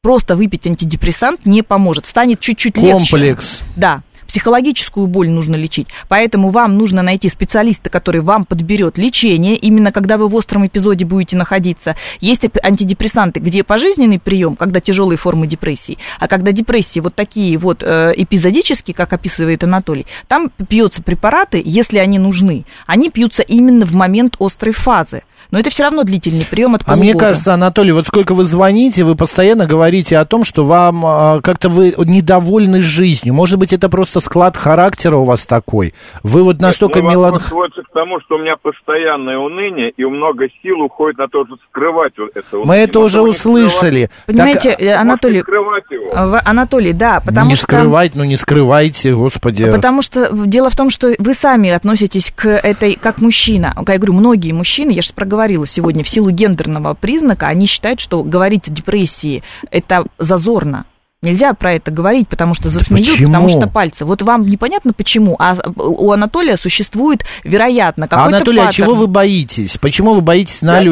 Просто выпить антидепрессант не поможет. Станет чуть-чуть легче. Комплекс. Да. Психологическую боль нужно лечить. Поэтому вам нужно найти специалиста, который вам подберет лечение, именно когда вы в остром эпизоде будете находиться. Есть антидепрессанты, где пожизненный прием, когда тяжелые формы депрессии, а когда депрессии вот такие вот эпизодические, как описывает Анатолий, там пьются препараты, если они нужны. Они пьются именно в момент острой фазы. Но это все равно длительный прием от полугода. А мне кажется, Анатолий, вот сколько вы звоните, вы постоянно говорите о том, что вам как-то вы недовольны жизнью. Может быть, это просто склад характера у вас такой? Вы вот настолько вопрос сводится к тому, что у меня постоянное уныние, и много сил уходит на то, чтобы скрывать вот это уныние. Мы это уже услышали. Понимаете, так, Анатолий, Анатолий, да, потому не что... скрывать, ну не скрывайте, господи. Потому что дело в том, что вы сами относитесь к этой, как мужчина. Я говорю, многие мужчины, я же проговорила сегодня, в силу гендерного признака, они считают, что говорить о депрессии – это зазорно. Нельзя про это говорить, потому что засмеют, почему? Потому что пальцы. Вот вам непонятно почему, а у Анатолия существует, вероятно, какой-то Анатолий, паттерн. а чего вы боитесь? Почему вы боитесь на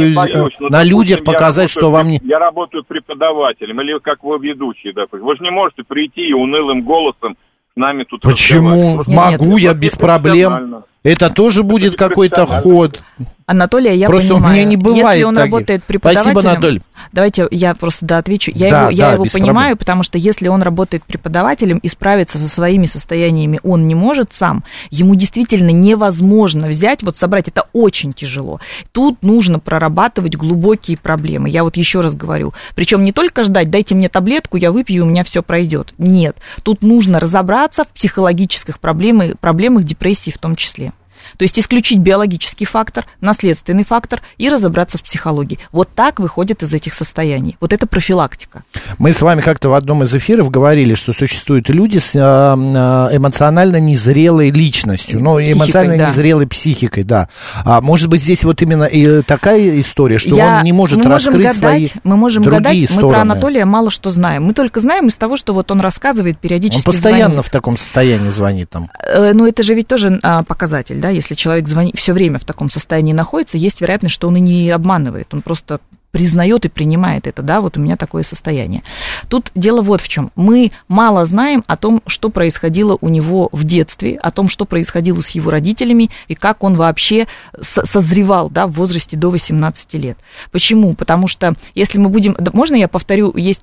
людях показать, что вам не... Я работаю преподавателем или как вы ведущий, допустим. Вы же не можете прийти и унылым голосом с нами тут Почему? Могу, я без проблем. Это тоже будет какой-то ход. Анатолия, я просто понимаю. У меня не бывает если он таких. Работает преподавателем... Спасибо, Анатолий. Давайте я просто отвечу. Я его понимаю, проблем. Потому что если он работает преподавателем и справиться со своими состояниями он не может сам, ему действительно невозможно взять, вот собрать, это очень тяжело. Тут нужно прорабатывать глубокие проблемы. Я вот еще раз говорю. Причем не только ждать, дайте мне таблетку, я выпью, и у меня все пройдет. Нет. Тут нужно разобраться в психологических проблемах депрессии в том числе. То есть исключить биологический фактор, наследственный фактор и разобраться с психологией. Вот так выходят из этих состояний. Вот это профилактика. Мы с вами как-то в одном из эфиров говорили, что существуют люди с эмоционально незрелой личностью, эмоционально незрелой психикой, да. А может быть, здесь вот именно и такая история, что он не может раскрыть свои Мы можем другие гадать, стороны. Мы про Анатолия мало что знаем. Мы только знаем из того, что вот он рассказывает, периодически Он постоянно звонит. В таком состоянии звонит там. Ну, это же ведь тоже показатель, да, если человек все время в таком состоянии находится, есть вероятность, что он и не обманывает, он просто признает и принимает это, да, вот у меня такое состояние. Тут дело вот в чем. Мы мало знаем о том, что происходило у него в детстве, о том, что происходило с его родителями и как он вообще созревал, да, в возрасте до 18 лет. Почему? Потому что если мы будем... Можно я повторю, есть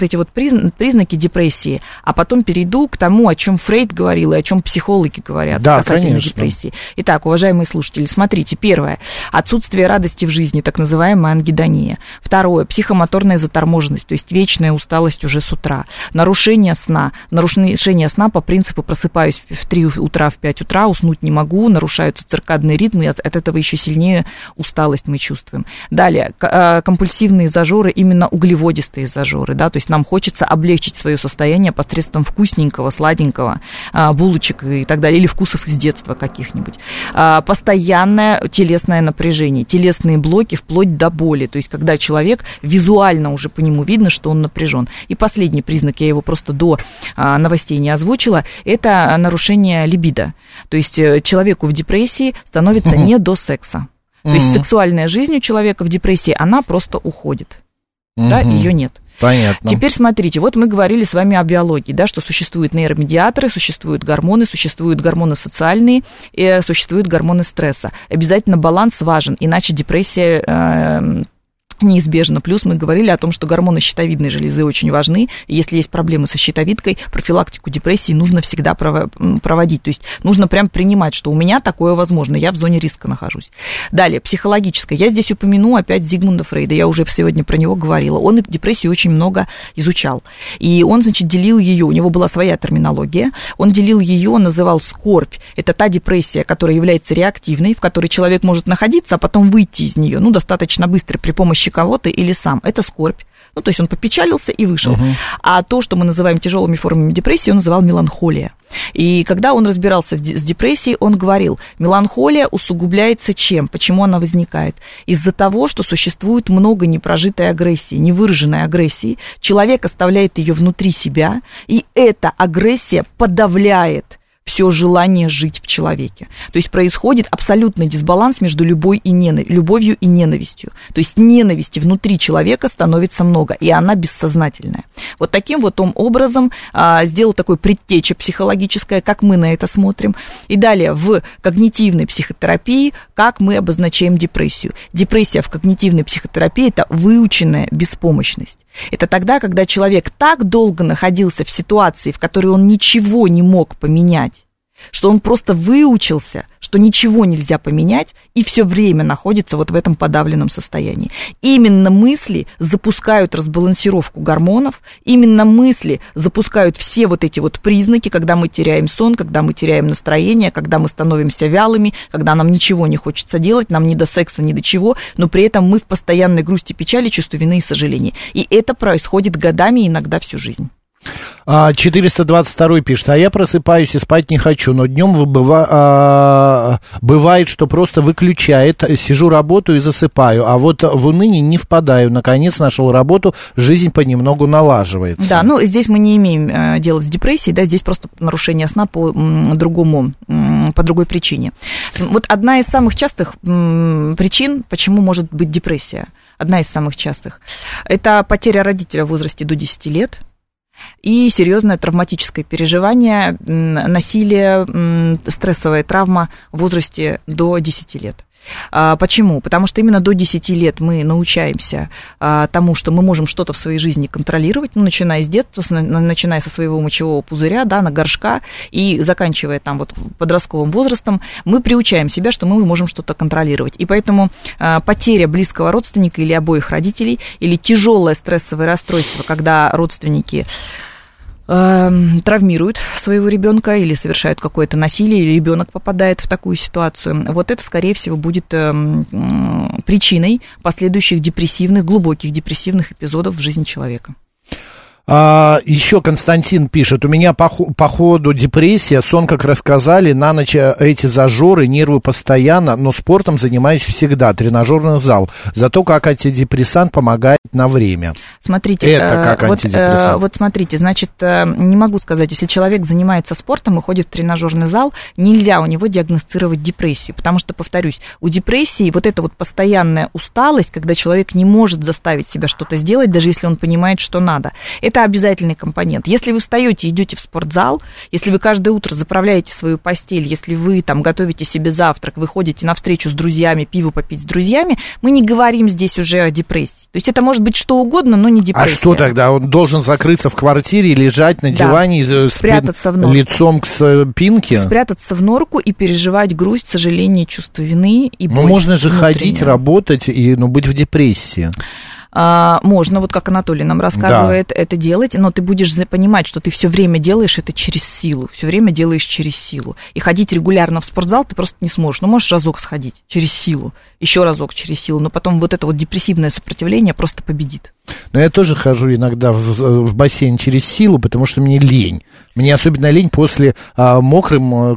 признаки депрессии, а потом перейду к тому, о чем Фрейд говорил и о чем психологи говорят касательно депрессии. Итак, уважаемые слушатели, смотрите. Первое. Отсутствие радости в жизни, так называемая ангидония. Второе. Психомоторная заторможенность, то есть вечная усталость уже с утра. Нарушение сна по принципу просыпаюсь в 3 утра, в 5 утра, уснуть не могу, нарушаются циркадные ритмы, и от этого еще сильнее усталость мы чувствуем. Далее. Компульсивные зажоры, именно углеводистые зажоры, да, то есть нам хочется облегчить свое состояние посредством вкусненького, сладенького, булочек и так далее, или вкусов из детства каких-нибудь. Постоянное телесное напряжение, телесные блоки вплоть до боли, то есть когда человек визуально уже по нему видно, что он напряжен. И последний признак, я его просто до новостей не озвучила, это нарушение либидо. То есть человеку в депрессии становится не до секса. То есть сексуальная жизнь у человека в депрессии, она просто уходит. Да, ее нет. Понятно. Теперь смотрите, вот мы говорили с вами о биологии, да, что существуют нейромедиаторы, существуют гормоны социальные, и существуют гормоны стресса. Обязательно баланс важен, иначе депрессия неизбежно. Плюс мы говорили о том, что гормоны щитовидной железы очень важны. И если есть проблемы со щитовидкой, профилактику депрессии нужно всегда проводить. То есть нужно прям принимать, что у меня такое возможно, я в зоне риска нахожусь. Далее, психологическое. Я здесь упомяну опять Зигмунда Фрейда. Я уже сегодня про него говорила. Он депрессию очень много изучал. И он, значит, делил ее. У него была своя терминология. Он делил ее, называл скорбь. Это та депрессия, которая является реактивной, в которой человек может находиться, а потом выйти из нее, достаточно быстро при помощи кого-то или сам. Это скорбь. То есть он попечалился и вышел. А то, что мы называем тяжелыми формами депрессии, он называл меланхолия. И когда он разбирался с депрессией, он говорил, меланхолия усугубляется чем? Почему она возникает? Из-за того, что существует много непрожитой агрессии, невыраженной агрессии. Человек оставляет ее внутри себя, и эта агрессия подавляет все желание жить в человеке. То есть происходит абсолютный дисбаланс между любовью и ненавистью. То есть ненависти внутри человека становится много, и она бессознательная. Вот таким вот образом сделал такое предтеча психологическое, как мы на это смотрим. И далее в когнитивной психотерапии, как мы обозначаем депрессию. Депрессия в когнитивной психотерапии – это выученная беспомощность. Это тогда, когда человек так долго находился в ситуации, в которой он ничего не мог поменять, что он просто выучился, что ничего нельзя поменять, и все время находится вот в этом подавленном состоянии. Именно мысли запускают разбалансировку гормонов, именно мысли запускают все вот эти вот признаки, когда мы теряем сон, когда мы теряем настроение, когда мы становимся вялыми, когда нам ничего не хочется делать, нам ни до секса, ни до чего, но при этом мы в постоянной грусти, печали, чувстве вины и сожаления. И это происходит годами, иногда всю жизнь. 422 пишет, а я просыпаюсь и спать не хочу, но днем бывает, что просто выключает, сижу, работаю и засыпаю, а вот в уныние не впадаю, наконец нашел работу, жизнь понемногу налаживается. Да, ну здесь мы не имеем дела с депрессией, да, здесь просто нарушение сна по другой причине. Вот одна из самых частых причин, почему может быть депрессия, одна из самых частых, это потеря родителя в возрасте до 10 лет, и серьезное травматическое переживание, насилие, стрессовая травма в возрасте до 10 лет. Почему? Потому что именно до 10 лет мы научаемся тому, что мы можем что-то в своей жизни контролировать, ну, начиная с детства, начиная со своего мочевого пузыря, да, на горшка, и заканчивая там вот подростковым возрастом, мы приучаем себя, что мы можем что-то контролировать. И поэтому потеря близкого родственника или обоих родителей, или тяжелое стрессовое расстройство, когда родственники травмируют своего ребенка или совершают какое-то насилие, или ребенок попадает в такую ситуацию, вот это, скорее всего, будет причиной последующих депрессивных, глубоких депрессивных эпизодов в жизни человека. Еще Константин пишет, у меня по ходу депрессия, сон, как рассказали, на ночь эти зажоры, нервы постоянно, но спортом занимаюсь всегда, тренажерный зал. Зато как антидепрессант помогает на время. Смотрите, это как антидепрессант. Вот смотрите, значит, не могу сказать, если человек занимается спортом и ходит в тренажерный зал, нельзя у него диагностировать депрессию, потому что, повторюсь, у депрессии вот эта вот постоянная усталость, когда человек не может заставить себя что-то сделать, даже если он понимает, что надо, это обязательный компонент. Если вы встаете и идете в спортзал, если вы каждое утро заправляете свою постель, если вы там готовите себе завтрак, вы ходите на встречу с друзьями, пиво попить с друзьями, мы не говорим здесь уже о депрессии. То есть это может быть что угодно, но не депрессия. А что тогда? Он должен закрыться в квартире, лежать на диване, спрятаться в норку, лицом к спинке? Спрятаться в норку и переживать грусть, сожаление, чувство вины и боль. Ну, можно же ходить, работать и быть в депрессии. Можно, вот как Анатолий нам рассказывает, это делать, но ты будешь понимать, что ты все время делаешь это через силу, все время делаешь через силу. И ходить регулярно в спортзал ты просто не сможешь. Ну, можешь разок сходить через силу, еще разок через силу, но потом вот это вот депрессивное сопротивление просто победит. Но я тоже хожу иногда в бассейн через силу, потому что мне лень. Мне особенно лень после мокрым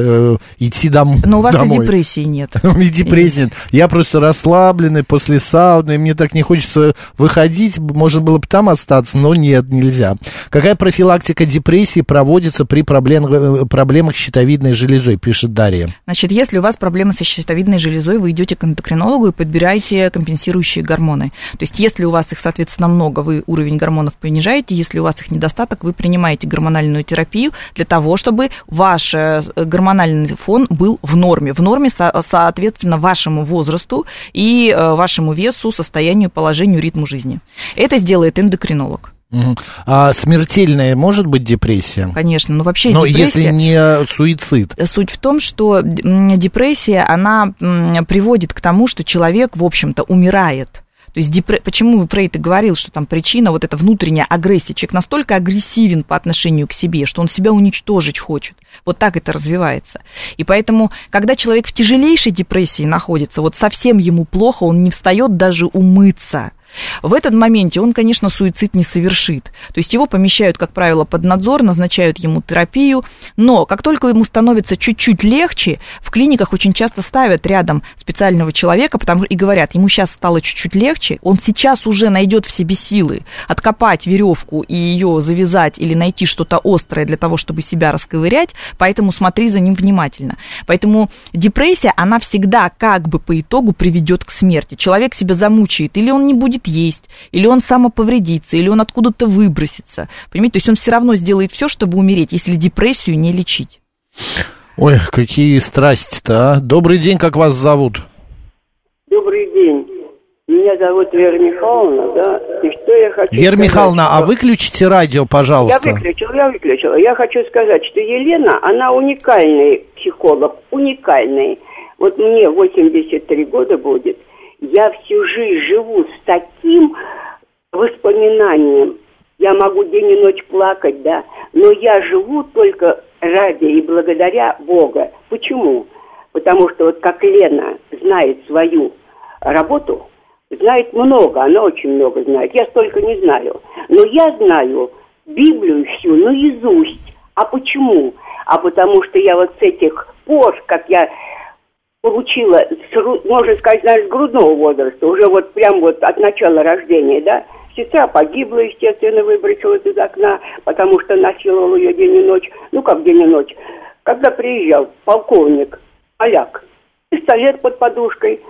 идти домой. Но у вас и депрессии нет. И депрессии нет. Я просто расслабленный после сауны, и мне так не хочется выходить. Можно было бы там остаться, но нет, нельзя. Какая профилактика депрессии проводится при проблемах с щитовидной железой, пишет Дарья. Значит, если у вас проблемы со щитовидной железой, вы идете к эндокринологу и подбираете компенсирующие гормоны. То есть, если у вас их, соответственно, много, вы уровень гормонов понижаете, если у вас их недостаток, вы принимаете гормональную терапию для того, чтобы ваш гормональный фон был в норме, соответственно, вашему возрасту и вашему весу, состоянию, положению, ритму жизни. Это сделает эндокринолог. А смертельная может быть депрессия? Конечно, но вообще но депрессия... если не суицид. Суть в том, что депрессия, она приводит к тому, что человек, в общем-то, умирает. То есть почему Фрейд и говорил, что там причина вот эта внутренняя агрессия. Человек настолько агрессивен по отношению к себе, что он себя уничтожить хочет. Вот так это развивается. И поэтому, когда человек в тяжелейшей депрессии находится, вот совсем ему плохо, он не встает даже умыться. В этот моменте он, конечно, суицид не совершит. То есть его помещают, как правило, под надзор, назначают ему терапию, но как только ему становится чуть-чуть легче, в клиниках очень часто ставят рядом специального человека, потому и говорят, ему сейчас стало чуть-чуть легче, он сейчас уже найдет в себе силы откопать веревку и ее завязать или найти что-то острое для того, чтобы себя расковырять, поэтому смотри за ним внимательно. Поэтому депрессия, она всегда как бы по итогу приведет к смерти. Человек себя замучает, или он не будет есть, или он самоповредится, или он откуда-то выбросится. Понимаете, то есть он все равно сделает все, чтобы умереть, если депрессию не лечить. Ой, какие страсти-то, а? Добрый день, как вас зовут? Добрый день. Меня зовут Вера Михайловна, да, и что я хочу Вера сказать, Михайловна, что... а выключите радио, пожалуйста. Я выключила. Я хочу сказать, что Елена, она уникальный психолог, уникальный. Вот мне 83 года будет, я всю жизнь живу с таким воспоминанием. Я могу день и ночь плакать, да, но я живу только ради и благодаря Бога. Почему? Потому что вот как Лена знает свою работу, знает много, она очень много знает. Я столько не знаю. Но я знаю Библию всю наизусть. А почему? А потому что я вот с этих пор, как я получила, можно сказать, даже с грудного возраста, уже вот прям вот от начала рождения, да, сестра погибла, естественно, выбросилась из окна, потому что насиловал ее день и ночь. Ну, как день и ночь. Когда приезжал полковник, поляк, пистолет под подушкой.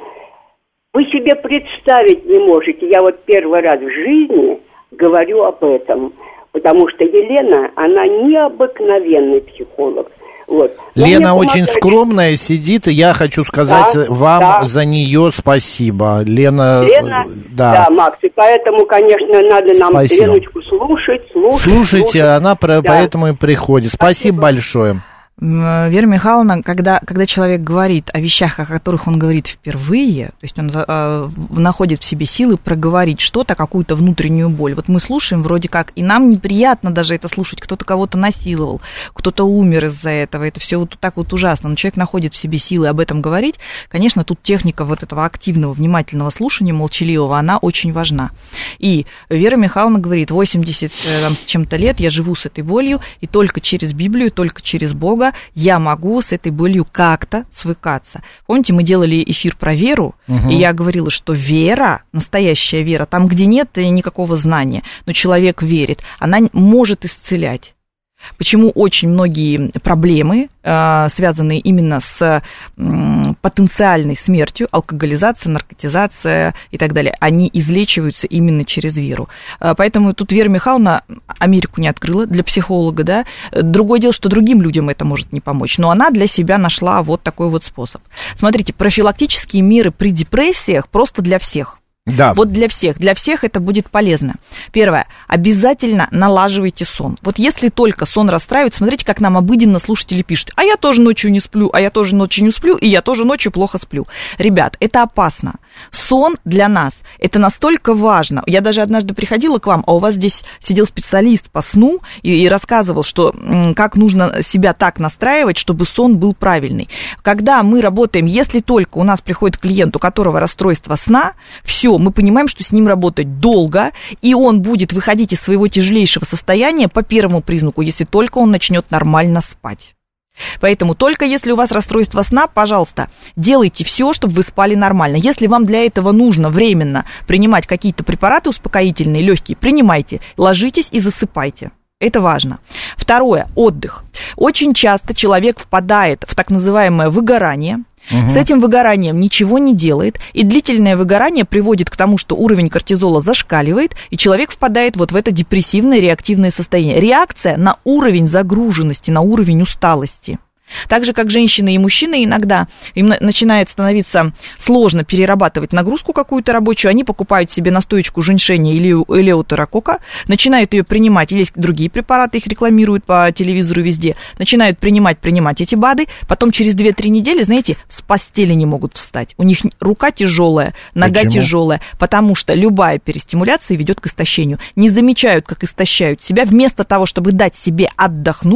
Вы себе представить не можете. Я вот первый раз в жизни говорю об этом. Потому что Елена, она необыкновенный психолог. Вот. Лена очень скромная, сидит, и я хочу сказать вам за нее спасибо. Лена, да, Макс, и поэтому, конечно, надо нам Леночку слушать. Слушайте, она поэтому и приходит. Спасибо большое. Вера Михайловна, когда человек говорит о вещах, о которых он говорит впервые, то есть он находит в себе силы проговорить что-то, какую-то внутреннюю боль. Вот мы слушаем вроде как, и нам неприятно даже это слушать, кто-то кого-то насиловал, кто-то умер из-за этого, это все вот так вот ужасно, но человек находит в себе силы об этом говорить. Конечно, тут техника вот этого активного, внимательного слушания, молчаливого, она очень важна. И Вера Михайловна говорит, 80 с чем-то лет я живу с этой болью, и только через Библию, только через Бога я могу с этой болью как-то свыкаться. Помните, мы делали эфир про веру, и я говорила, что вера, настоящая вера, там, где нет никакого знания, но человек верит, она может исцелять. Почему очень многие проблемы, связанные именно с потенциальной смертью, алкоголизация, наркотизация и так далее, они излечиваются именно через веру. Поэтому тут Вера Михайловна Америку не открыла для психолога, да. Другое дело, что другим людям это может не помочь, но она для себя нашла вот такой вот способ. Смотрите, профилактические меры при депрессиях просто для всех. Да. Вот для всех это будет полезно. Первое, обязательно налаживайте сон. Вот если только сон расстраивает, смотрите, как нам обыденно слушатели пишут, а я тоже ночью не сплю, а я тоже ночью не сплю, и я тоже ночью плохо сплю. Ребят, это опасно. Сон для нас, это настолько важно. Я даже однажды приходила к вам, а у вас здесь сидел специалист по сну и рассказывал, что как нужно себя так настраивать, чтобы сон был правильный. Когда мы работаем, если только у нас приходит клиент, у которого расстройство сна, все, мы понимаем, что с ним работать долго, и он будет выходить из своего тяжелейшего состояния по первому признаку, если только он начнет нормально спать. Поэтому только если у вас расстройство сна, пожалуйста, делайте все, чтобы вы спали нормально. Если вам для этого нужно временно принимать какие-то препараты успокоительные, легкие, принимайте, ложитесь и засыпайте. Это важно. Второе, отдых. Очень часто человек впадает в так называемое выгорание. С этим выгоранием ничего не делает, и длительное выгорание приводит к тому, что уровень кортизола зашкаливает, и человек впадает вот в это депрессивное реактивное состояние. Реакция на уровень загруженности, на уровень усталости. Так же, как женщины и мужчины иногда, им начинает становиться сложно перерабатывать нагрузку какую-то рабочую, они покупают себе настоечку женьшеня или элеутерокока, начинают ее принимать, или есть другие препараты, их рекламируют по телевизору везде, начинают принимать эти БАДы, потом через 2-3 недели, знаете, с постели не могут встать. У них рука тяжелая, нога тяжелая, потому что любая перестимуляция ведет к истощению. Не замечают, как истощают себя, вместо того, чтобы дать себе отдохнуть,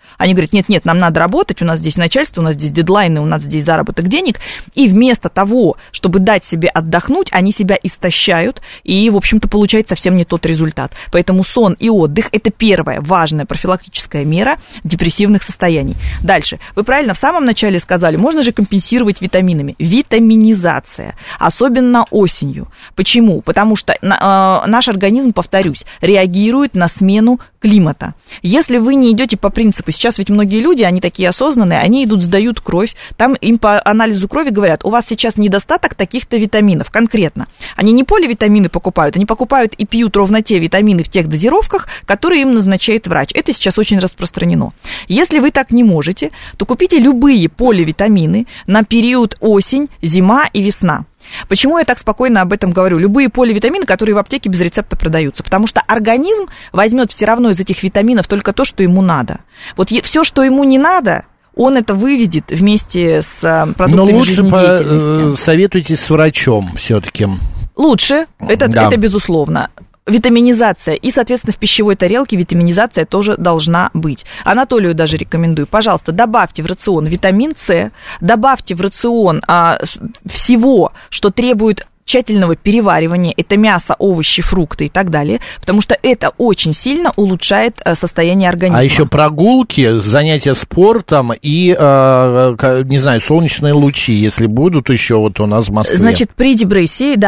Они говорят, нет, нам надо работать, у нас здесь начальство, у нас здесь дедлайны, у нас здесь заработок денег. И вместо того, чтобы дать себе отдохнуть, они себя истощают, и, в общем-то, получается совсем не тот результат. Поэтому сон и отдых – это первая важная профилактическая мера депрессивных состояний. Дальше. Вы правильно в самом начале сказали, можно же компенсировать витаминами. Витаминизация, особенно осенью. Почему? Потому что наш организм, повторюсь, реагирует на смену климата. Если вы не идете по принципу, сейчас ведь многие люди, они такие осознанные, они идут, сдают кровь, там им по анализу крови говорят, у вас сейчас недостаток таких-то витаминов, конкретно. Они не поливитамины покупают, они покупают и пьют ровно те витамины в тех дозировках, которые им назначает врач. Это сейчас очень распространено. Если вы так не можете, то купите любые поливитамины на период осень, зима и весна. Почему я так спокойно об этом говорю? Любые поливитамины, которые в аптеке без рецепта продаются. Потому что организм возьмет все равно из этих витаминов только то, что ему надо. Вот все, что ему не надо, он это выведет вместе с продуктами жизнедеятельности. Но лучше советуйтесь с врачом все-таки. Лучше, это безусловно. Витаминизация. И, соответственно, в пищевой тарелке витаминизация тоже должна быть. Анатолию даже рекомендую. Пожалуйста, добавьте в рацион витамин С, добавьте в рацион всего, что требует тщательного переваривания, это мясо, овощи, фрукты и так далее, потому что это очень сильно улучшает состояние организма. А еще прогулки, занятия спортом и, не знаю, солнечные лучи, если будут еще вот у нас в Москве. Значит, при депрессии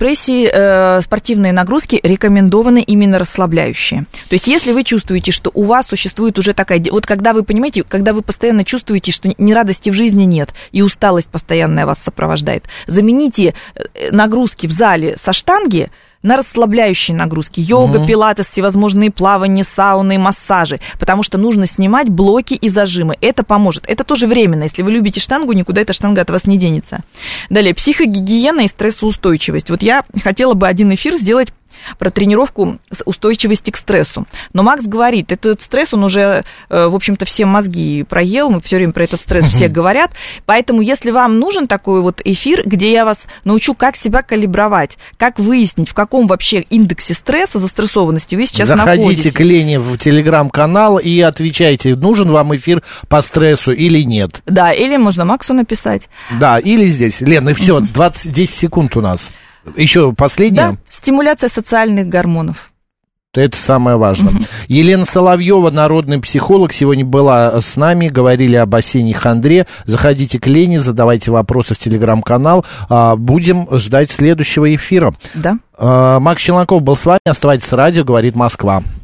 спортивные нагрузки рекомендованы именно расслабляющие. То есть, если вы чувствуете, что у вас существует уже такая... Вот когда вы, понимаете, когда вы постоянно чувствуете, что ни радости в жизни нет, и усталость постоянная вас сопровождает, замените нагрузки в зале со штанги на расслабляющие нагрузки. Йога, пилатес, всевозможные плавания, сауны, массажи. Потому что нужно снимать блоки и зажимы. Это поможет. Это тоже временно. Если вы любите штангу, никуда эта штанга от вас не денется. Далее, психогигиена и стрессоустойчивость. Вот я хотела бы один эфир сделать про тренировку устойчивости к стрессу. Но Макс говорит, этот стресс, он уже, в общем-то, все мозги проел, мы все время про этот стресс все говорят, поэтому если вам нужен такой вот эфир, где я вас научу, как себя калибровать, как выяснить, в каком вообще индексе стресса, застрессованности вы сейчас находитесь. Заходите к Лене в телеграм-канал и отвечайте, нужен вам эфир по стрессу или нет. Да, или можно Максу написать. Да, или здесь. Лена, и все, 10 секунд у нас. Еще последнее. Да, стимуляция социальных гормонов. Это самое важное. Елена Соловьева, народный психолог, сегодня была с нами, говорили об осенней хандре. Заходите к Лене, задавайте вопросы в телеграм-канал. Будем ждать следующего эфира. Да. Макс Челноков был с вами. Оставайтесь с радио, говорит Москва.